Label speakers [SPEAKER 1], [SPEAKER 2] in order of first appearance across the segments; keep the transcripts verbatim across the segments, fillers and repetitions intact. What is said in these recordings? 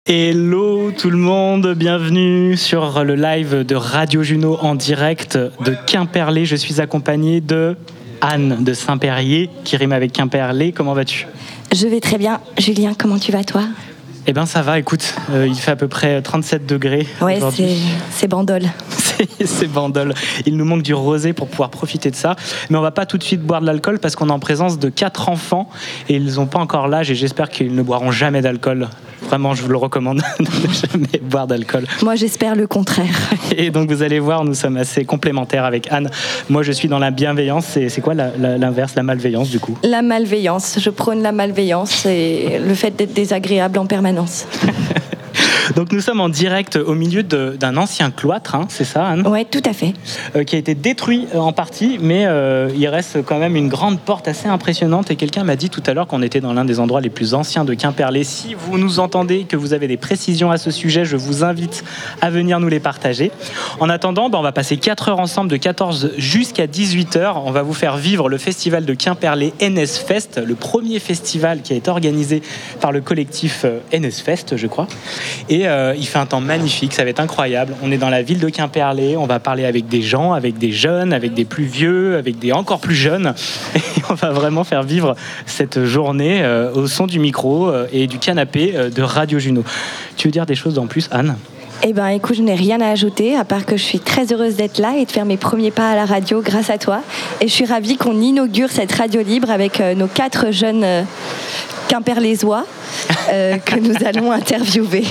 [SPEAKER 1] Hello tout le monde, bienvenue sur le live de Radio Juno en direct de Quimperlé. Je suis accompagné de Anne de Saint-Périer qui rime avec Quimperlé. Comment vas-tu ?
[SPEAKER 2] Je vais très bien. Julien, comment tu vas toi ?
[SPEAKER 1] Eh bien ça va, écoute, euh, il fait à peu près trente-sept degrés
[SPEAKER 2] ouais,
[SPEAKER 1] aujourd'hui.
[SPEAKER 2] Ouais, c'est, c'est bandole.
[SPEAKER 1] c'est, c'est bandole. Il nous manque du rosé pour pouvoir profiter de ça. Mais on va pas tout de suite boire de l'alcool parce qu'on est en présence de quatre enfants et ils n'ont pas encore l'âge et j'espère qu'ils ne boiront jamais d'alcool. Vraiment, je vous le recommande de ne jamais boire d'alcool.
[SPEAKER 2] Moi, j'espère le contraire.
[SPEAKER 1] Et donc, vous allez voir, nous sommes assez complémentaires avec Anne. Moi, je suis dans la bienveillance. C'est, c'est quoi la, la, l'inverse, la malveillance, du coup ?
[SPEAKER 2] La malveillance. Je prône la malveillance et le fait d'être désagréable en permanence.
[SPEAKER 1] Donc, nous sommes en direct au milieu de, d'un ancien cloître, hein, c'est ça, Anne ?
[SPEAKER 2] Oui, tout à fait.
[SPEAKER 1] Euh, qui a été détruit euh, en partie, mais euh, il reste quand même une grande porte assez impressionnante. Et quelqu'un m'a dit tout à l'heure qu'on était dans l'un des endroits les plus anciens de Quimperlé. Si vous nous entendez, que vous avez des précisions à ce sujet, je vous invite à venir nous les partager. En attendant, bah, on va passer quatre heures ensemble, de quatorze jusqu'à dix-huit heures. On va vous faire vivre le festival de Quimperlé N S Fest, le premier festival qui a été organisé par le collectif euh, N S Fest, je crois. Et euh, il fait un temps magnifique, ça va être incroyable. On est dans la ville de Quimperlé, on va parler avec des gens, avec des jeunes, avec des plus vieux, avec des encore plus jeunes. Et on va vraiment faire vivre cette journée euh, au son du micro euh, et du canapé euh, de Radio Juno. Tu veux dire des choses en plus, Anne ?
[SPEAKER 2] Eh bien, écoute, je n'ai rien à ajouter, à part que je suis très heureuse d'être là et de faire mes premiers pas à la radio grâce à toi. Et je suis ravie qu'on inaugure cette radio libre avec euh, nos quatre jeunes euh, Quimperlésois euh, que nous allons interviewer.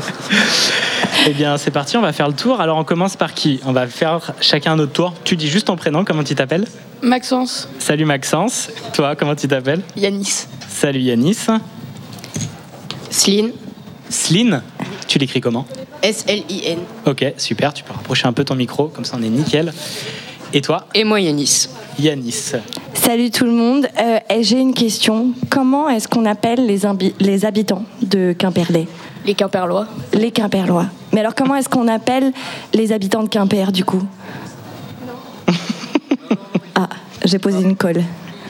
[SPEAKER 1] Eh bien, c'est parti, on va faire le tour. Alors, on commence par qui ? On va faire chacun notre tour. Tu dis juste ton prénom, comment tu t'appelles ?
[SPEAKER 3] Maxence.
[SPEAKER 1] Salut Maxence. Toi, comment tu t'appelles ?
[SPEAKER 3] Yanis.
[SPEAKER 1] Salut Yanis.
[SPEAKER 3] Sline.
[SPEAKER 1] Sline ? Tu l'écris comment ?
[SPEAKER 3] S L I N.
[SPEAKER 1] Ok, super, tu peux rapprocher un peu ton micro, comme ça on est nickel. Et toi ?
[SPEAKER 3] Et moi, Yanis.
[SPEAKER 1] Yanis.
[SPEAKER 2] Salut tout le monde. Euh, j'ai une question. Comment est-ce qu'on appelle les, imbi- les habitants de Quimperlé ?
[SPEAKER 3] Les Quimperlois.
[SPEAKER 2] Les Quimperlois. Mais alors, comment est-ce qu'on appelle les habitants de Quimper, du coup ? Ah, j'ai posé une colle.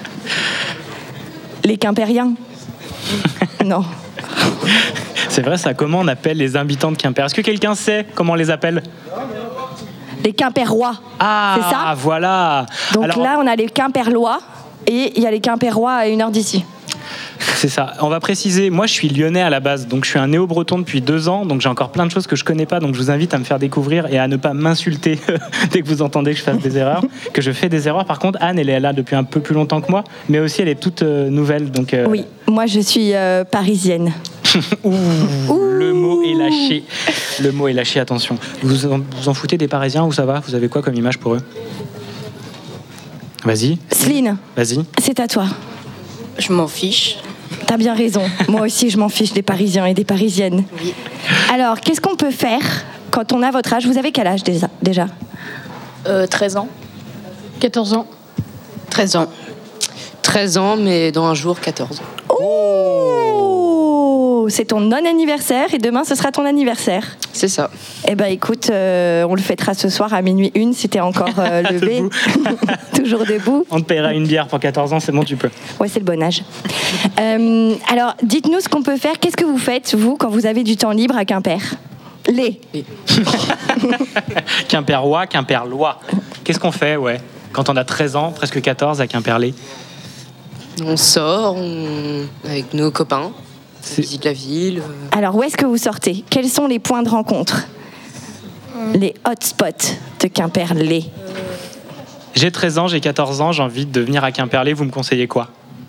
[SPEAKER 2] Les Quimpériens ? Non.
[SPEAKER 1] C'est vrai, ça, comment on appelle les habitants de Quimper ? Est-ce que quelqu'un sait comment on les appelle ?
[SPEAKER 2] Les Quimperois.
[SPEAKER 1] Ah,
[SPEAKER 2] c'est ça ?
[SPEAKER 1] Voilà.
[SPEAKER 2] Donc
[SPEAKER 1] Alors,
[SPEAKER 2] là, on a les Quimperlois et il y a les Quimperois à une heure d'ici.
[SPEAKER 1] c'est ça. On va préciser, moi je suis lyonnais à la base, donc je suis un néo-breton depuis deux ans, donc j'ai encore plein de choses que je connais pas, donc je vous invite à me faire découvrir et à ne pas m'insulter dès que vous entendez que je fasse des erreurs, que je fais des erreurs. Par contre, Anne, elle est là depuis un peu plus longtemps que moi, mais aussi elle est toute euh, nouvelle. Donc, euh...
[SPEAKER 2] Oui, moi je suis euh, parisienne.
[SPEAKER 1] Ouh, Ouh. Le mot est lâché. Le mot est lâché, attention. Vous en, vous en foutez des Parisiens ou ça va ? Vous avez quoi comme image pour eux ? Vas-y.
[SPEAKER 2] Sline,
[SPEAKER 1] Vas-y.
[SPEAKER 2] c'est à toi.
[SPEAKER 3] Je m'en fiche.
[SPEAKER 2] T'as bien raison. Moi aussi, je m'en fiche des Parisiens et des Parisiennes.
[SPEAKER 3] Oui.
[SPEAKER 2] Alors, qu'est-ce qu'on peut faire quand on a votre âge ? Vous avez quel âge déjà, déjà ?
[SPEAKER 3] Euh, treize ans.
[SPEAKER 4] quatorze ans.
[SPEAKER 3] treize ans. treize ans, mais dans un jour, quatorze.
[SPEAKER 2] Oh ! C'est ton non-anniversaire et demain, ce sera ton anniversaire.
[SPEAKER 3] C'est ça.
[SPEAKER 2] Eh ben, écoute, euh, on le fêtera ce soir à minuit une si t'es encore euh, levé. Toujours debout.
[SPEAKER 1] On te paiera une bière pour quatorze ans, c'est bon, tu peux.
[SPEAKER 2] Ouais, c'est le bon âge. Euh, alors, dites-nous ce qu'on peut faire. Qu'est-ce que vous faites, vous, quand vous avez du temps libre à Quimper ? Les.
[SPEAKER 1] Quimperois, Quimperlois. Qu'est-ce qu'on fait, ouais, quand on a treize ans, presque quatorze, à Quimperlé ?
[SPEAKER 3] On sort on... avec nos copains. On visite la ville.
[SPEAKER 2] Alors, où est-ce que vous sortez ? Quels sont les points de rencontre ? Les hotspots de Quimperlé.
[SPEAKER 1] J'ai treize ans, j'ai quatorze ans, j'ai envie de venir à Quimperlé, vous me conseillez quoi ?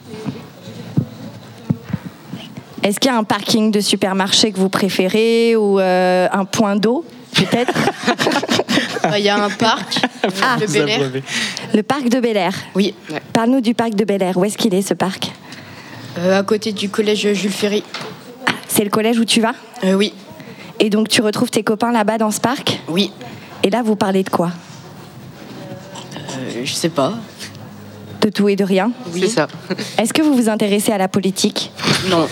[SPEAKER 2] Est-ce qu'il y a un parking de supermarché que vous préférez ou euh, un point d'eau, peut-être ?
[SPEAKER 3] Il y a un parc,
[SPEAKER 2] Ah,
[SPEAKER 3] le Bel Air.
[SPEAKER 2] Le parc de Bel Air.
[SPEAKER 3] Oui. Ouais.
[SPEAKER 2] Parle-nous du parc de Bel Air. Où est-ce qu'il est, ce parc ?
[SPEAKER 3] Euh, à côté du collège Jules Ferry.
[SPEAKER 2] Ah, c'est le collège où tu vas ?
[SPEAKER 3] Euh, oui.
[SPEAKER 2] Et donc, tu retrouves tes copains là-bas dans ce parc ?
[SPEAKER 3] Oui.
[SPEAKER 2] Et là, vous parlez de quoi ?
[SPEAKER 3] Euh, je sais pas.
[SPEAKER 2] De tout et de rien ?
[SPEAKER 3] Oui. C'est ça.
[SPEAKER 2] Est-ce que vous vous intéressez à la politique ?
[SPEAKER 3] Non.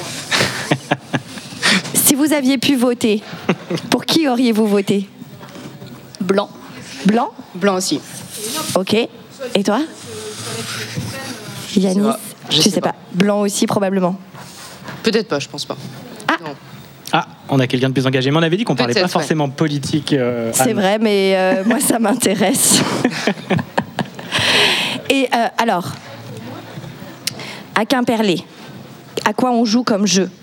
[SPEAKER 2] Si vous aviez pu voter, pour qui auriez-vous voté ?
[SPEAKER 3] Blanc.
[SPEAKER 2] Blanc ?
[SPEAKER 3] Blanc aussi.
[SPEAKER 2] Ok. Et toi ? Yanis ?
[SPEAKER 3] Je
[SPEAKER 2] Je
[SPEAKER 3] sais
[SPEAKER 2] sais pas.
[SPEAKER 3] pas.
[SPEAKER 2] Blanc aussi, probablement.
[SPEAKER 3] Peut-être pas, je pense pas.
[SPEAKER 2] Ah.
[SPEAKER 3] Non.
[SPEAKER 1] Ah, on a quelqu'un de plus engagé. Mais on avait dit qu'on parlait
[SPEAKER 3] Peut-être,
[SPEAKER 1] pas forcément politique. euh,
[SPEAKER 2] C'est
[SPEAKER 1] Anne.
[SPEAKER 2] vrai, mais euh, moi, ça m'intéresse. Et euh, alors, à Quimperlé, à quoi on joue comme jeu?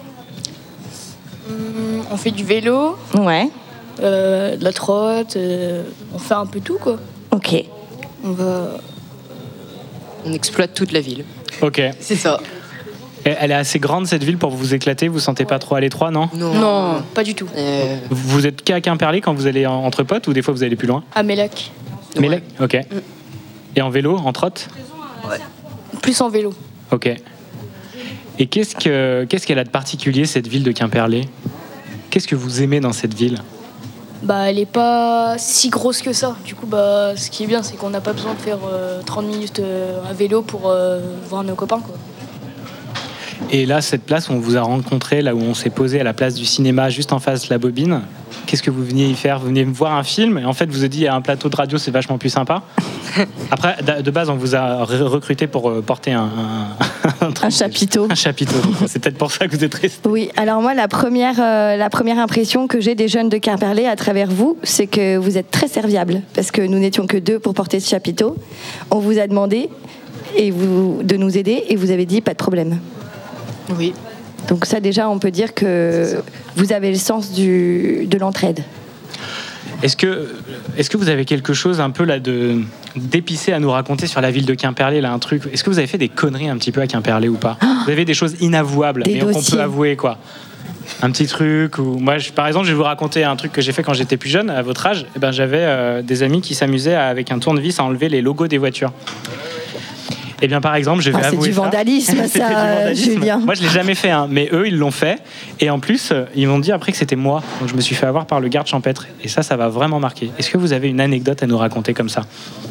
[SPEAKER 4] Hum, On fait du vélo,
[SPEAKER 2] Ouais,
[SPEAKER 4] euh, de la trotte, euh, on fait un peu tout quoi.
[SPEAKER 2] ok.
[SPEAKER 4] On va.
[SPEAKER 3] On exploite toute la ville.
[SPEAKER 1] Ok.
[SPEAKER 3] C'est ça.
[SPEAKER 1] Et elle est assez grande cette ville pour vous éclater. Vous sentez pas trop à l'étroit, non?
[SPEAKER 3] Non.
[SPEAKER 4] Non, pas du tout.
[SPEAKER 3] Euh,
[SPEAKER 1] Vous êtes qu'à Quimperlé quand vous allez en- entre potes ou des fois vous allez plus loin?
[SPEAKER 4] À Mélac,
[SPEAKER 1] Mais
[SPEAKER 3] ouais.
[SPEAKER 1] là- ok. Et en vélo, en trotte?
[SPEAKER 4] plus en vélo.
[SPEAKER 1] Ok. Et qu'est-ce que qu'est-ce qu'elle a de particulier cette ville de Quimperlé? Qu'est-ce que vous aimez dans cette ville?
[SPEAKER 4] Bah, elle est pas si grosse que ça. Du coup, bah, ce qui est bien, c'est qu'on n'a pas besoin de faire euh, trente minutes euh, à vélo pour euh, voir nos copains quoi.
[SPEAKER 1] Et là, cette place où on vous a rencontré, là où on s'est posé à la place du cinéma, juste en face de la bobine, qu'est-ce que vous veniez y faire? Vous veniez voir un film et en fait, vous avez dit, il y a un plateau de radio, c'est vachement plus sympa. Après, d- de base, on vous a re- recruté pour euh, porter un, un, un truc-
[SPEAKER 2] Un chapiteau.
[SPEAKER 1] Un chapiteau. Donc, c'est peut-être pour ça que vous êtes resté.
[SPEAKER 2] Oui, alors moi, la première, euh, la première impression que j'ai des jeunes de Quimperlé à travers vous, c'est que vous êtes très serviables. Parce que nous n'étions que deux pour porter ce chapiteau. On vous a demandé et vous, de nous aider et vous avez dit pas de problème.
[SPEAKER 3] Oui.
[SPEAKER 2] Donc ça, déjà, on peut dire que vous avez le sens du, de l'entraide.
[SPEAKER 1] Est-ce que, est-ce que vous avez quelque chose un peu là de d'épicé à nous raconter sur la ville de Quimperlé, là, un truc? Est-ce que vous avez fait des conneries un petit peu à Quimperlé ou pas? Vous avez des choses inavouables,
[SPEAKER 2] Des
[SPEAKER 1] mais qu'on
[SPEAKER 2] dossiers.
[SPEAKER 1] peut avouer, quoi? Un petit truc ou moi, je- par exemple, je vais vous raconter un truc que j'ai fait quand j'étais plus jeune, à votre âge. Eh ben, j'avais euh, des amis qui s'amusaient à- avec un tournevis à enlever les logos des voitures. Eh bien, par exemple, je vais
[SPEAKER 2] Ah, c'est
[SPEAKER 1] avouer
[SPEAKER 2] du
[SPEAKER 1] ça.
[SPEAKER 2] vandalisme,
[SPEAKER 1] C'était
[SPEAKER 2] ça,
[SPEAKER 1] du vandalisme.
[SPEAKER 2] Julien.
[SPEAKER 1] Moi, je l'ai jamais fait, hein, mais eux, ils l'ont fait. Et en plus, euh, ils m'ont dit après que c'était moi. Donc, je me suis fait avoir par le garde champêtre. Et ça, ça va vraiment marquer. Est-ce que vous avez une anecdote à nous raconter comme ça?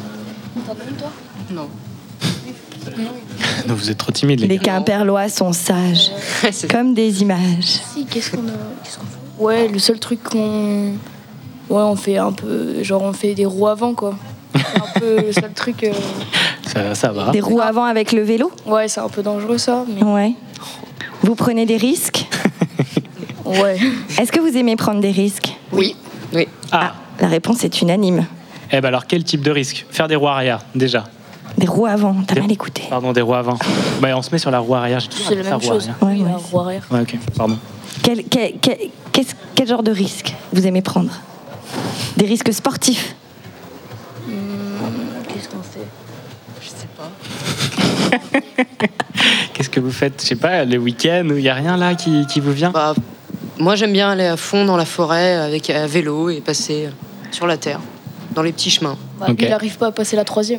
[SPEAKER 3] Non.
[SPEAKER 1] Non, vous êtes trop timide, les
[SPEAKER 2] Les
[SPEAKER 1] gars.
[SPEAKER 2] Quimperlois sont sages,
[SPEAKER 3] C'est-
[SPEAKER 2] comme des images.
[SPEAKER 4] Si, qu'est-ce qu'on a qu'est-ce qu'on fait Ouais, le seul truc qu'on. Ouais, on fait un peu. Genre, on fait des roues avant quoi. C'est un peu le seul truc. euh,
[SPEAKER 1] Ça, ça va.
[SPEAKER 2] Des roues avant avec le vélo?
[SPEAKER 4] Ouais, c'est un peu dangereux ça, mais.
[SPEAKER 2] Ouais. Vous prenez des risques?
[SPEAKER 4] Ouais.
[SPEAKER 2] Est-ce que vous aimez prendre des risques?
[SPEAKER 3] Oui. Oui.
[SPEAKER 1] Ah,
[SPEAKER 2] La réponse est unanime.
[SPEAKER 1] eh ben alors, quel type de risque? Faire des roues arrière, déjà.
[SPEAKER 2] Des roues avant, t'as
[SPEAKER 1] Des-
[SPEAKER 2] mal écouté.
[SPEAKER 1] Pardon, des roues avant. Bah, on se met sur la roue arrière. J'ai toujours
[SPEAKER 4] C'est la
[SPEAKER 1] appelé ça
[SPEAKER 4] même
[SPEAKER 1] roue
[SPEAKER 4] chose.
[SPEAKER 1] arrière.
[SPEAKER 2] Ouais,
[SPEAKER 4] Oui,
[SPEAKER 2] ouais,
[SPEAKER 4] la
[SPEAKER 2] c'est-
[SPEAKER 4] roue arrière.
[SPEAKER 1] Ouais, ok, pardon.
[SPEAKER 2] Quel, quel, quel, qu'est-ce- quel genre de risque vous aimez prendre? Des risques sportifs?
[SPEAKER 4] Qu'est-ce qu'on fait
[SPEAKER 3] Je sais pas.
[SPEAKER 1] Qu'est-ce que vous faites? Je sais pas, le week-end, il n'y a rien là qui, qui vous vient?
[SPEAKER 3] Bah, moi, j'aime bien aller à fond dans la forêt avec à vélo et passer sur la terre, dans les petits chemins.
[SPEAKER 4] Bah,
[SPEAKER 1] Ok.
[SPEAKER 4] Il n'arrive pas à passer la troisième.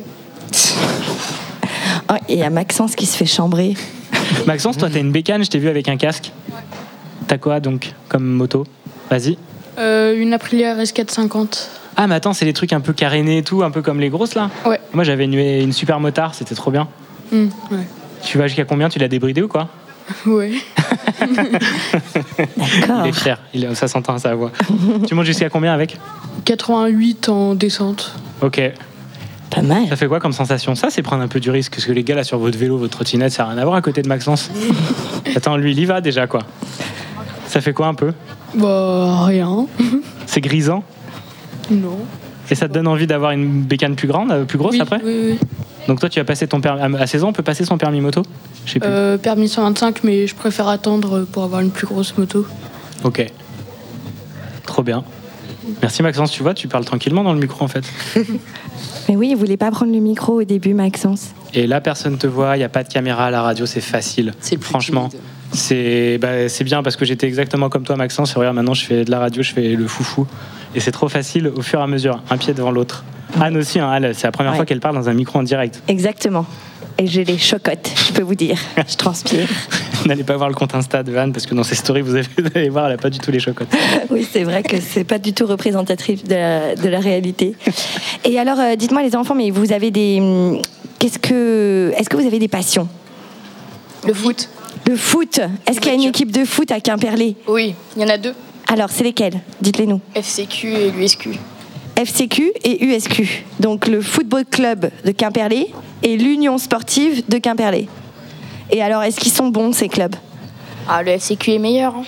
[SPEAKER 2] Oh, et il y a Maxence qui se fait chambrer.
[SPEAKER 1] Maxence, toi, t'as une bécane, je t'ai vu avec un casque. T'as quoi donc comme moto? Vas-y.
[SPEAKER 5] Euh, une Aprilia R S quatre cent cinquante.
[SPEAKER 1] Ah, mais attends, c'est les trucs un peu carénés et tout, un peu comme les grosses là?
[SPEAKER 5] Ouais.
[SPEAKER 1] Moi, j'avais une, une super motard, c'était trop bien.
[SPEAKER 5] Hmm, ouais.
[SPEAKER 1] Tu vas jusqu'à combien? Tu l'as débridé ou quoi?
[SPEAKER 5] Ouais.
[SPEAKER 2] D'accord.
[SPEAKER 1] Il est fier, il est- ça s'entend à sa voix. Tu montes jusqu'à combien avec?
[SPEAKER 5] quatre-vingt-huit en descente.
[SPEAKER 1] Ok.
[SPEAKER 2] Pas mal.
[SPEAKER 1] Ça fait quoi comme sensation? Ça, c'est prendre un peu du risque. Parce que les gars, là, sur votre vélo, votre trottinette, ça n'a rien à voir à côté de Maxence. Attends, lui, il y va déjà, quoi. Ça fait quoi un peu?
[SPEAKER 5] Bah, rien.
[SPEAKER 1] C'est grisant?
[SPEAKER 5] Non.
[SPEAKER 1] Et ça te donne envie d'avoir une bécane plus grande, euh, plus grosse
[SPEAKER 5] oui,
[SPEAKER 1] après?
[SPEAKER 5] Oui, oui.
[SPEAKER 1] Donc toi, tu as passé ton permis... À seize ans, on peut passer son permis moto? Je sais plus.
[SPEAKER 5] Euh, permis cent vingt-cinq, mais je préfère attendre pour avoir une plus grosse moto.
[SPEAKER 1] Ok. Trop bien. Merci Maxence, tu vois, tu parles tranquillement dans le micro en fait.
[SPEAKER 2] Mais oui, il voulait pas prendre le micro au début, Maxence.
[SPEAKER 1] Et là, personne te voit, il n'y a pas de caméra à la radio, c'est facile.
[SPEAKER 3] C'est le plus
[SPEAKER 1] Franchement,
[SPEAKER 3] timide.
[SPEAKER 1] c'est bah, c'est bien parce que j'étais exactement comme toi, Maxence. Et regarde, maintenant, je fais de la radio, je fais le foufou. Et c'est trop facile au fur et à mesure, un pied devant l'autre. Anne aussi, hein, elle, c'est la première
[SPEAKER 2] Ouais.
[SPEAKER 1] fois qu'elle parle dans un micro en direct.
[SPEAKER 2] Exactement. Et j'ai les chocottes, je peux vous dire. Je transpire.
[SPEAKER 1] N'allez pas voir le compte Insta de Anne parce que dans ses stories, vous, avez, vous allez voir, elle n'a pas du tout les chocottes.
[SPEAKER 2] Oui, c'est vrai que c'est pas du tout représentatif de la, de la réalité. Et alors, euh, dites-moi les enfants, mais vous avez des... hum, Qu'est-ce que... Est-ce que vous avez des passions?
[SPEAKER 4] Le foot.
[SPEAKER 2] Le foot. Est-ce qu'il y a une équipe de foot à Quimperlé?
[SPEAKER 4] Oui, il y en a deux.
[SPEAKER 2] Alors, c'est lesquelles? Dites-les nous.
[SPEAKER 4] F C Q et l'U S Q.
[SPEAKER 2] F C Q et U S Q. Donc le Football Club de Quimperlé et l'Union Sportive de Quimperlé. Et alors, est-ce qu'ils sont bons, ces clubs?
[SPEAKER 4] Ah, le F C Q est meilleur. hein.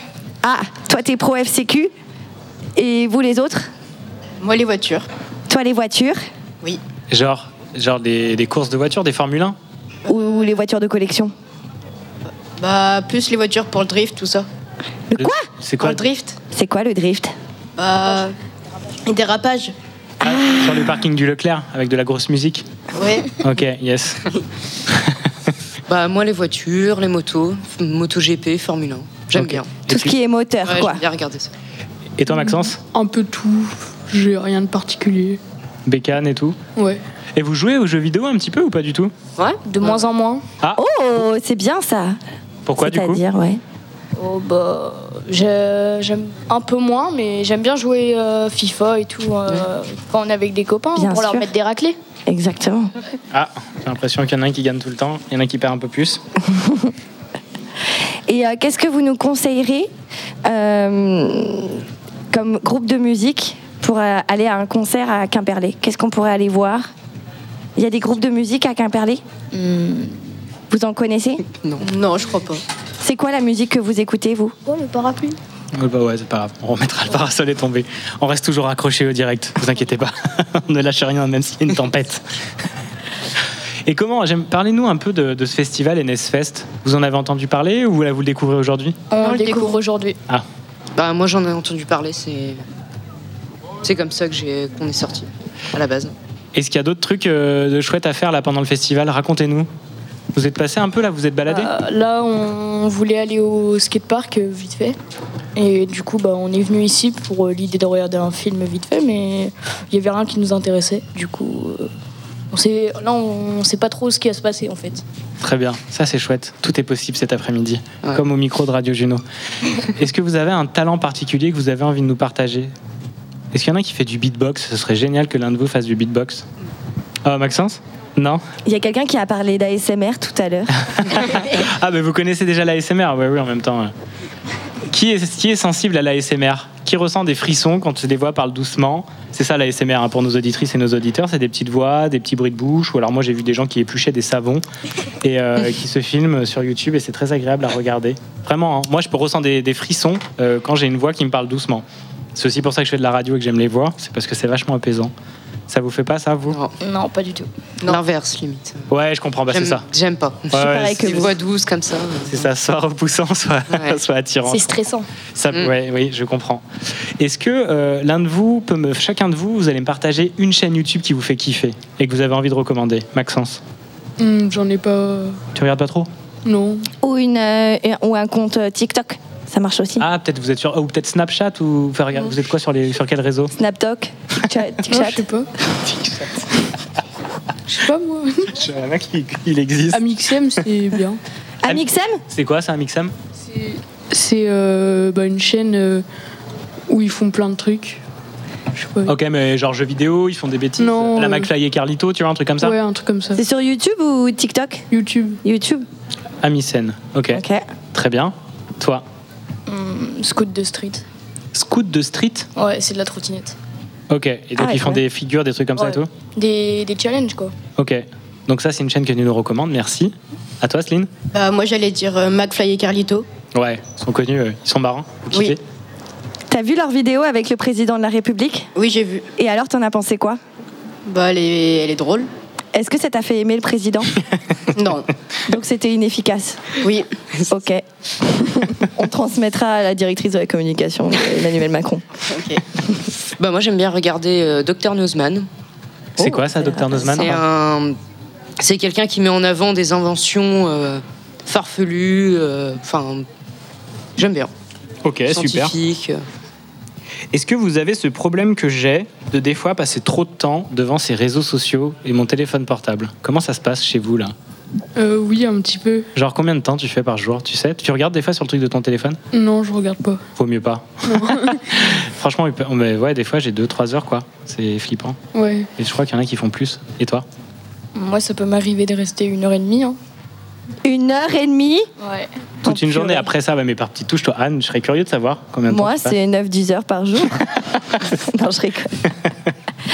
[SPEAKER 2] Ah, toi, t'es pro F C Q. Et vous, les autres?
[SPEAKER 6] Moi, les voitures.
[SPEAKER 2] Toi, les voitures.
[SPEAKER 6] Oui.
[SPEAKER 1] Genre, genre des, des courses de voitures, des Formule un?
[SPEAKER 2] Ou les voitures de collection?
[SPEAKER 6] Bah, plus les voitures pour le drift, tout ça.
[SPEAKER 2] Le quoi?
[SPEAKER 1] C'est
[SPEAKER 6] Pour
[SPEAKER 1] quoi
[SPEAKER 6] le drift.
[SPEAKER 2] C'est quoi le drift?
[SPEAKER 6] Bah, les dérapages.
[SPEAKER 1] Ah, sur le parking du Leclerc, avec de la grosse musique?
[SPEAKER 6] Ouais.
[SPEAKER 1] Ok, yes.
[SPEAKER 3] Bah, moi, les voitures, les motos, MotoGP, Formule un. J'aime
[SPEAKER 1] Ok.
[SPEAKER 3] bien.
[SPEAKER 2] Tout ce qui est moteur,
[SPEAKER 3] Ouais,
[SPEAKER 2] quoi.
[SPEAKER 3] j'aime bien regarder ça.
[SPEAKER 1] Et toi, Maxence?
[SPEAKER 5] Un peu tout. J'ai rien de particulier.
[SPEAKER 1] Bécane et tout?
[SPEAKER 5] Ouais.
[SPEAKER 1] Et vous jouez aux jeux vidéo un petit peu ou pas du tout?
[SPEAKER 3] Ouais.
[SPEAKER 4] De moins en moins.
[SPEAKER 1] Ah,
[SPEAKER 2] Oh, c'est bien ça.
[SPEAKER 1] pourquoi du coup?
[SPEAKER 2] C'est-à-dire, ouais.
[SPEAKER 4] Oh, bah, j'ai- j'aime un peu moins, mais j'aime bien jouer euh, FIFA et tout euh, quand on est avec des copains
[SPEAKER 2] Bien
[SPEAKER 4] pour leur
[SPEAKER 2] sûr.
[SPEAKER 4] mettre des raclés.
[SPEAKER 2] Exactement.
[SPEAKER 1] Ah, j'ai l'impression qu'il y en a un qui gagne tout le temps, il y en a un qui perd un peu plus.
[SPEAKER 2] Et euh, qu'est-ce que vous nous conseillerez euh, comme groupe de musique pour euh, aller à un concert à Quimperlé? Qu'est-ce qu'on pourrait aller voir? Il y a des groupes de musique à Quimperlé? Vous en connaissez?
[SPEAKER 3] Non.
[SPEAKER 6] Non, je crois pas.
[SPEAKER 2] C'est quoi la musique que vous écoutez, vous?
[SPEAKER 4] Oh, le parapluie.
[SPEAKER 1] Ouais, bah ouais, c'est pas grave, on remettra le parasol et tomber. On reste toujours accroché au direct, vous inquiétez pas. On ne lâche rien, même s'il y a une tempête. Et comment, j'aime, parlez-nous un peu de, de ce festival N S Fest. Vous en avez entendu parler ou là vous le découvrez aujourd'hui?
[SPEAKER 4] On,
[SPEAKER 6] On
[SPEAKER 4] le
[SPEAKER 6] le
[SPEAKER 4] découvre
[SPEAKER 6] découvre.
[SPEAKER 4] aujourd'hui.
[SPEAKER 1] Ah,
[SPEAKER 3] Bah, moi, j'en ai entendu parler. C'est, c'est comme ça que j'ai qu'on est sorti à la base.
[SPEAKER 1] est-ce qu'il y a d'autres trucs euh, de chouettes à faire là pendant le festival? Racontez-nous. Vous êtes passé un peu là, vous êtes baladé?
[SPEAKER 4] Euh, là, on voulait aller au skatepark euh, vite fait. Et du coup, bah, on est venu ici pour euh, l'idée de regarder un film vite fait, mais il y avait rien qui nous intéressait. Du coup, euh, on sait, là, on sait pas trop ce qui va se passer en fait.
[SPEAKER 1] Très bien, ça c'est chouette. Tout est possible cet après-midi,
[SPEAKER 3] Ouais.
[SPEAKER 1] comme au micro de Radio Juno. Est-ce que vous avez un talent particulier que vous avez envie de nous partager? Est-ce qu'il y en a qui fait du beatbox? Ce serait génial que l'un de vous fasse du beatbox. Ah, Maxence? Non?
[SPEAKER 2] Il y a quelqu'un qui a parlé d'A S M R tout à l'heure.
[SPEAKER 1] Ah, mais vous connaissez déjà l'A S M R? Oui, oui, en même temps. ouais. Qui est, qui est sensible à l'A S M R? Qui ressent des frissons quand des voix parlent doucement? C'est ça l'A S M R hein, pour nos auditrices et nos auditeurs, c'est des petites voix, des petits bruits de bouche. Ou alors moi j'ai vu des gens qui épluchaient des savons et euh, qui se filment sur YouTube et c'est très agréable à regarder. Vraiment, hein. Moi je peux ressentir des, des frissons euh, quand j'ai une voix qui me parle doucement. C'est aussi pour ça que je fais de la radio et que j'aime les voix, c'est parce que c'est vachement apaisant. Ça vous fait pas ça, vous?
[SPEAKER 3] Non.
[SPEAKER 4] Non, pas du tout.
[SPEAKER 3] L'inverse, limite.
[SPEAKER 1] Ouais, je comprends, bah, c'est
[SPEAKER 3] J'aime,
[SPEAKER 1] ça.
[SPEAKER 3] j'aime pas.
[SPEAKER 1] Ouais,
[SPEAKER 2] pareil
[SPEAKER 1] ouais,
[SPEAKER 2] que
[SPEAKER 3] Des
[SPEAKER 2] vous.
[SPEAKER 3] voix douces comme ça.
[SPEAKER 1] c'est ça, soit repoussant, soit,
[SPEAKER 3] Ouais.
[SPEAKER 1] soit attirant.
[SPEAKER 4] C'est stressant.
[SPEAKER 1] Ça,
[SPEAKER 3] Mm.
[SPEAKER 1] ouais, oui, je comprends. Est-ce que euh, l'un de vous peut me, chacun de vous, vous allez me partager une chaîne YouTube qui vous fait kiffer et que vous avez envie de recommander? Maxence,
[SPEAKER 5] Hum, J'en ai pas.
[SPEAKER 1] tu regardes pas trop?
[SPEAKER 5] Non.
[SPEAKER 2] Ou, une, euh, ou un compte euh, TikTok. Ça marche aussi.
[SPEAKER 1] Ah, peut-être vous êtes sur, ou peut-être Snapchat ou enfin, regarde, vous êtes quoi sur les, sur quel réseau?
[SPEAKER 2] Snaptalk, TikTok.
[SPEAKER 5] Non, je sais pas. Je sais pas moi.
[SPEAKER 1] Je sais même qu'il il existe.
[SPEAKER 5] Amixem, c'est bien.
[SPEAKER 2] Amixem?
[SPEAKER 1] C'est quoi ça, un Mixam?
[SPEAKER 5] C'est- C'est euh, bah, une chaîne euh, où ils font plein de trucs. Je sais pas.
[SPEAKER 1] Ok, mais genre jeux vidéo, ils font des bêtises.
[SPEAKER 5] Non,
[SPEAKER 1] La
[SPEAKER 5] euh,
[SPEAKER 1] McFly et Carlito, tu vois, un truc comme ça?
[SPEAKER 5] Ouais, un truc comme ça.
[SPEAKER 2] C'est sur YouTube ou TikTok?
[SPEAKER 5] YouTube.
[SPEAKER 2] YouTube.
[SPEAKER 1] Amicen, ok.
[SPEAKER 2] Ok.
[SPEAKER 1] Très bien. Toi,
[SPEAKER 4] Hum, scoot de street.
[SPEAKER 1] Scoot de Street?
[SPEAKER 4] Ouais, c'est de la trottinette.
[SPEAKER 1] Ok. Et donc
[SPEAKER 2] Ah ouais,
[SPEAKER 1] ils font
[SPEAKER 2] quand même.
[SPEAKER 1] des figures, des trucs comme ça
[SPEAKER 4] Ouais.
[SPEAKER 1] et tout?
[SPEAKER 4] Des, des challenges quoi.
[SPEAKER 1] Ok. Donc ça, c'est une chaîne que tu nous recommandes, merci. À toi, Céline?
[SPEAKER 6] Bah, moi, j'allais dire euh, McFly et Carlito.
[SPEAKER 1] Ouais, ils sont connus, euh, ils sont marrants. Vous
[SPEAKER 6] Oui.
[SPEAKER 1] kiffez?
[SPEAKER 2] T'as vu leur vidéo avec le président de la République?
[SPEAKER 6] Oui, j'ai vu.
[SPEAKER 2] Et alors, t'en as pensé quoi?
[SPEAKER 6] Bah, elle est, elle est drôle.
[SPEAKER 2] Est-ce que ça t'a fait aimer le président?
[SPEAKER 6] Non.
[SPEAKER 2] Donc c'était inefficace.
[SPEAKER 6] Oui.
[SPEAKER 2] Ok. On transmettra à la directrice de la communication, Emmanuel Macron.
[SPEAKER 6] Ok.
[SPEAKER 3] Bah, moi, j'aime bien regarder euh, docteur Nozman.
[SPEAKER 1] C'est
[SPEAKER 2] Oh,
[SPEAKER 1] quoi ça,
[SPEAKER 2] c'est
[SPEAKER 1] docteur Nozman?
[SPEAKER 3] C'est un, c'est quelqu'un qui met en avant des inventions euh, farfelues. euh, Enfin, j'aime bien.
[SPEAKER 1] Ok, super.
[SPEAKER 3] Scientifique.
[SPEAKER 1] Est-ce que vous avez ce problème que j'ai de des fois passer trop de temps devant ces réseaux sociaux et mon téléphone portable? Comment ça se passe chez vous là?
[SPEAKER 5] Euh, oui, un petit peu.
[SPEAKER 1] Genre combien de temps tu fais par jour, tu sais? Tu regardes des fois sur le truc de ton téléphone?
[SPEAKER 5] Non, je regarde pas.
[SPEAKER 1] Vaut mieux pas. Franchement, il peut- mais ouais, des fois j'ai deux trois heures quoi. C'est flippant.
[SPEAKER 5] Ouais.
[SPEAKER 1] Et je crois qu'il y en a qui font plus. Et toi?
[SPEAKER 4] Moi, ça peut m'arriver de rester une heure et demie. Hein.
[SPEAKER 2] Une heure et demie?
[SPEAKER 4] Ouais.
[SPEAKER 1] Toute
[SPEAKER 2] Oh,
[SPEAKER 1] une journée
[SPEAKER 2] purée.
[SPEAKER 1] après ça, ouais, mais par petites touches, toi Anne, je serais curieux de savoir combien de
[SPEAKER 2] Moi,
[SPEAKER 1] temps tu passes.
[SPEAKER 2] c'est neuf dix heures par jour. Non, je rigole.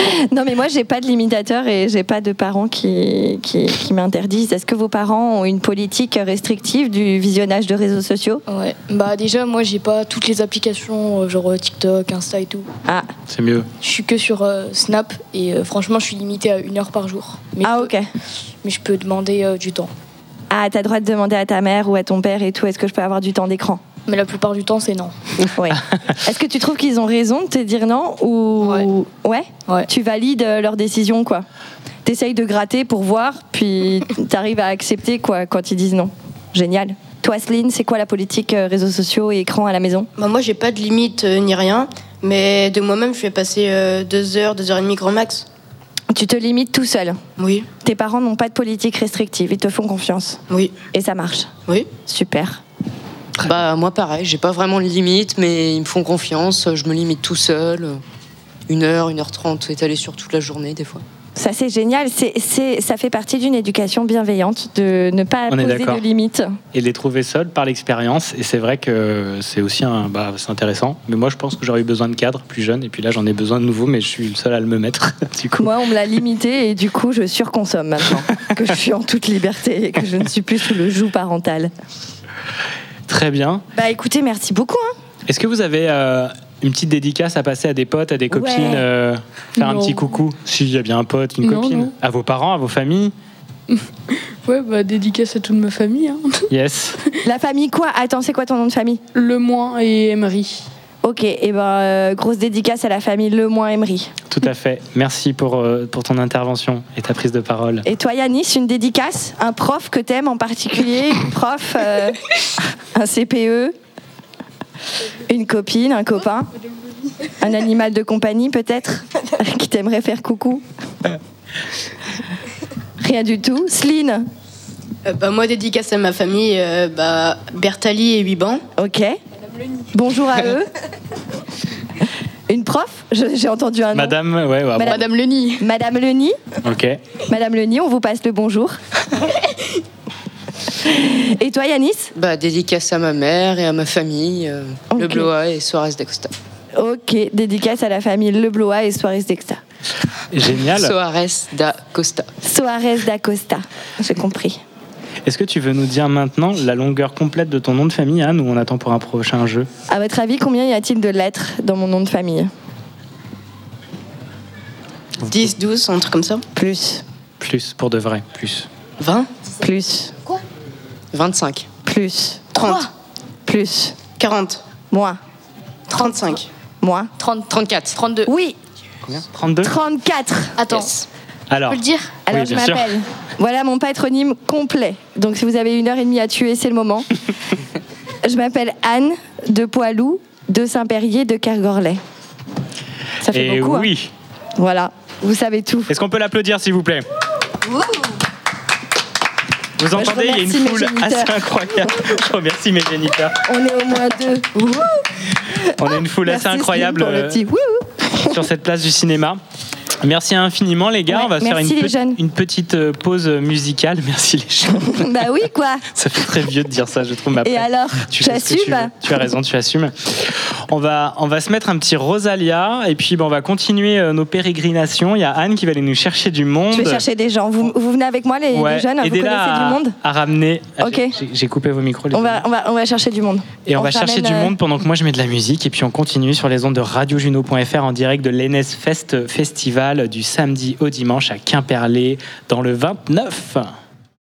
[SPEAKER 2] Non, mais moi, j'ai pas de limitateur et j'ai pas de parents qui, qui, qui m'interdisent. Est-ce que vos parents ont une politique restrictive du visionnage de réseaux sociaux ?
[SPEAKER 4] Ouais. Bah déjà, moi, j'ai pas toutes les applications, euh, genre TikTok, Insta et tout.
[SPEAKER 2] Ah,
[SPEAKER 1] C'est mieux.
[SPEAKER 4] Je suis que sur euh, Snap et euh, franchement, je suis limitée à une heure par jour. Mais
[SPEAKER 2] ah
[SPEAKER 4] je peux-
[SPEAKER 2] ok.
[SPEAKER 4] Mais je peux demander euh, du temps.
[SPEAKER 2] Ah, t'as le droit de demander à ta mère ou à ton père et tout, est-ce que je peux avoir du temps d'écran ?
[SPEAKER 4] Mais la plupart du temps, c'est non.
[SPEAKER 2] Ouais. Est-ce que tu trouves qu'ils ont raison de te dire non ou
[SPEAKER 4] Ouais.
[SPEAKER 2] Ouais.
[SPEAKER 4] Ouais.
[SPEAKER 2] Tu valides euh, leur décision, quoi. T'essayes de gratter pour voir, puis t'arrives à accepter, quoi, quand ils disent non. Génial. Toi, Céline, c'est quoi la politique euh, réseaux sociaux et écran à la maison ?
[SPEAKER 6] Bah, moi, j'ai pas de limite euh, ni rien, mais de moi-même, je fais passer euh, deux heures, deux heures et demie grand max.
[SPEAKER 2] Tu te limites tout seul.
[SPEAKER 6] Oui,
[SPEAKER 2] Tes parents n'ont pas de politique restrictive, ils te font confiance.
[SPEAKER 6] oui,
[SPEAKER 2] Et ça marche.
[SPEAKER 6] oui.
[SPEAKER 2] Super.
[SPEAKER 3] Bah moi pareil, j'ai pas vraiment de limite, mais ils me font confiance, je me limite tout seul. Une heure, une heure trente étalée sur toute la journée des fois.
[SPEAKER 2] Ça, c'est génial. C'est, c'est, ça fait partie d'une éducation bienveillante de ne pas
[SPEAKER 1] On est
[SPEAKER 2] poser
[SPEAKER 1] d'accord.
[SPEAKER 2] de limites.
[SPEAKER 1] Et de les trouver seuls par l'expérience. Et c'est vrai que c'est aussi un, bah, c'est intéressant. Mais moi, je pense que j'aurais eu besoin de cadres plus jeunes. Et puis là, j'en ai besoin de nouveaux, mais je suis le seul à le me mettre. Du coup.
[SPEAKER 2] Moi, on me l'a limité et du coup, je surconsomme maintenant. Que je suis en toute liberté et que je ne suis plus sous le joug parental.
[SPEAKER 1] Très bien.
[SPEAKER 2] Bah écoutez, merci beaucoup. Hein.
[SPEAKER 1] Est-ce que vous avez euh, une petite dédicace à passer à des potes, à des copines,
[SPEAKER 2] Ouais.
[SPEAKER 1] euh, faire un
[SPEAKER 5] Non.
[SPEAKER 1] petit coucou? S'il y a bien un pote, une
[SPEAKER 5] Non,
[SPEAKER 1] copine.
[SPEAKER 5] non.
[SPEAKER 1] À vos parents, à vos familles?
[SPEAKER 5] Ouais, bah dédicace à toute ma famille. Hein.
[SPEAKER 1] Yes.
[SPEAKER 2] La famille quoi ? Attends, c'est quoi ton nom de famille ?
[SPEAKER 5] Lemoine et Emery.
[SPEAKER 2] Ok, et ben euh, grosse dédicace à la famille Lemoine-Emery.
[SPEAKER 1] Tout à fait. Merci pour, euh, pour ton intervention et ta prise de parole.
[SPEAKER 2] Et toi, Yanis, une dédicace ? Un prof que t'aimes en particulier ? Une prof, euh, un C P E, une copine, un copain, un animal de compagnie peut-être, qui t'aimerait faire coucou ? Rien du tout. Céline ?
[SPEAKER 6] Euh, bah, moi, dédicace à ma famille, euh, bah, Bertali et Huiban.
[SPEAKER 2] Ok. Bonjour à eux. Une prof ? Je- J'ai entendu un nom.
[SPEAKER 1] Madame, ouais, ouais,
[SPEAKER 2] Madame-
[SPEAKER 4] Madame Leni.
[SPEAKER 2] Madame Leni.
[SPEAKER 1] ok.
[SPEAKER 2] Madame Leni, on vous passe le bonjour. Et toi, Yanis ?
[SPEAKER 3] Bah dédicace à ma mère et à ma famille, euh,
[SPEAKER 2] Ok.
[SPEAKER 3] Le Blois et Suarez d'Acosta.
[SPEAKER 2] Ok, dédicace à la famille Leblois et Suarez d'Exta.
[SPEAKER 1] Génial.
[SPEAKER 3] Suarez d'Acosta.
[SPEAKER 2] Suarez d'Acosta, j'ai compris.
[SPEAKER 1] Est-ce que tu veux nous dire maintenant la longueur complète de ton nom de famille, Anne, ou on attend pour un prochain jeu?
[SPEAKER 2] À votre avis, combien y a-t-il de lettres dans mon nom de famille ?
[SPEAKER 6] dix, douze, un truc comme ça.
[SPEAKER 2] Plus,
[SPEAKER 1] Plus, pour de vrai, plus.
[SPEAKER 6] vingt,
[SPEAKER 2] plus,
[SPEAKER 3] vingt-cinq.
[SPEAKER 2] plus,
[SPEAKER 6] trente,
[SPEAKER 2] plus,
[SPEAKER 6] quarante,
[SPEAKER 2] moins,
[SPEAKER 6] trente-cinq.
[SPEAKER 2] moins.
[SPEAKER 4] trente,
[SPEAKER 3] trente-quatre.
[SPEAKER 4] trente-deux.
[SPEAKER 2] Oui,
[SPEAKER 1] Combien? trente-deux?
[SPEAKER 2] trente-quatre.
[SPEAKER 4] Attends,
[SPEAKER 3] Yes.
[SPEAKER 1] Alors,
[SPEAKER 4] on peut le dire ?
[SPEAKER 2] Alors
[SPEAKER 1] oui,
[SPEAKER 2] je
[SPEAKER 1] bien sûr.
[SPEAKER 2] m'appelle. Voilà mon patronyme complet. Donc si vous avez une heure et demie à tuer, c'est le moment. Je m'appelle Anne de Poilou, de Saint-Périer, de Kergorlet. Ça fait
[SPEAKER 1] Et
[SPEAKER 2] beaucoup. Hein.
[SPEAKER 1] oui.
[SPEAKER 2] Voilà, vous savez tout.
[SPEAKER 1] Est-ce qu'on peut l'applaudir, s'il vous plaît? Vous
[SPEAKER 2] Bah, je
[SPEAKER 1] entendez, il y a une
[SPEAKER 2] remercie mes
[SPEAKER 1] foule
[SPEAKER 2] géniteurs.
[SPEAKER 1] assez incroyable. Je remercie mes géniteurs.
[SPEAKER 2] On est au moins deux. Wouhou.
[SPEAKER 1] On a une foule
[SPEAKER 2] Merci,
[SPEAKER 1] assez
[SPEAKER 2] Céline,
[SPEAKER 1] incroyable
[SPEAKER 2] pour le
[SPEAKER 1] euh,
[SPEAKER 2] petit wouhou.
[SPEAKER 1] sur cette place du cinéma. Merci infiniment, les gars.
[SPEAKER 2] Ouais,
[SPEAKER 1] On va se faire
[SPEAKER 2] merci,
[SPEAKER 1] une,
[SPEAKER 2] les
[SPEAKER 1] pe-
[SPEAKER 2] jeunes.
[SPEAKER 1] une petite euh, pause musicale. Merci les jeunes.
[SPEAKER 2] Bah oui, quoi.
[SPEAKER 1] Ça fait très vieux de dire ça, je trouve. Mais
[SPEAKER 2] Et
[SPEAKER 1] après,
[SPEAKER 2] alors,
[SPEAKER 1] tu fais ce que tu
[SPEAKER 2] j'assume.
[SPEAKER 1] veux. Tu as raison, tu assumes. On va, on va se mettre un petit Rosalia et puis ben, on va continuer euh, nos pérégrinations. Il y a Anne qui va aller nous chercher du monde.
[SPEAKER 2] Je vais chercher des gens. Vous, vous venez avec moi, les,
[SPEAKER 1] Ouais,
[SPEAKER 2] les jeunes. Vous connaissez
[SPEAKER 1] aidez-la à,
[SPEAKER 2] du monde.
[SPEAKER 1] à ramener. Ah,
[SPEAKER 2] Ok.
[SPEAKER 1] j'ai- j'ai- J'ai coupé vos micros. Les
[SPEAKER 2] On
[SPEAKER 1] amis.
[SPEAKER 2] va, on, va, on va chercher du monde.
[SPEAKER 1] Et on, va
[SPEAKER 2] ramène,
[SPEAKER 1] chercher du
[SPEAKER 2] euh,
[SPEAKER 1] monde pendant que moi je mets de la musique et puis on continue sur les ondes de radio juno point f r en direct de l'E N E S Fest Festival du samedi au dimanche à Quimperlé dans le vingt-neuf.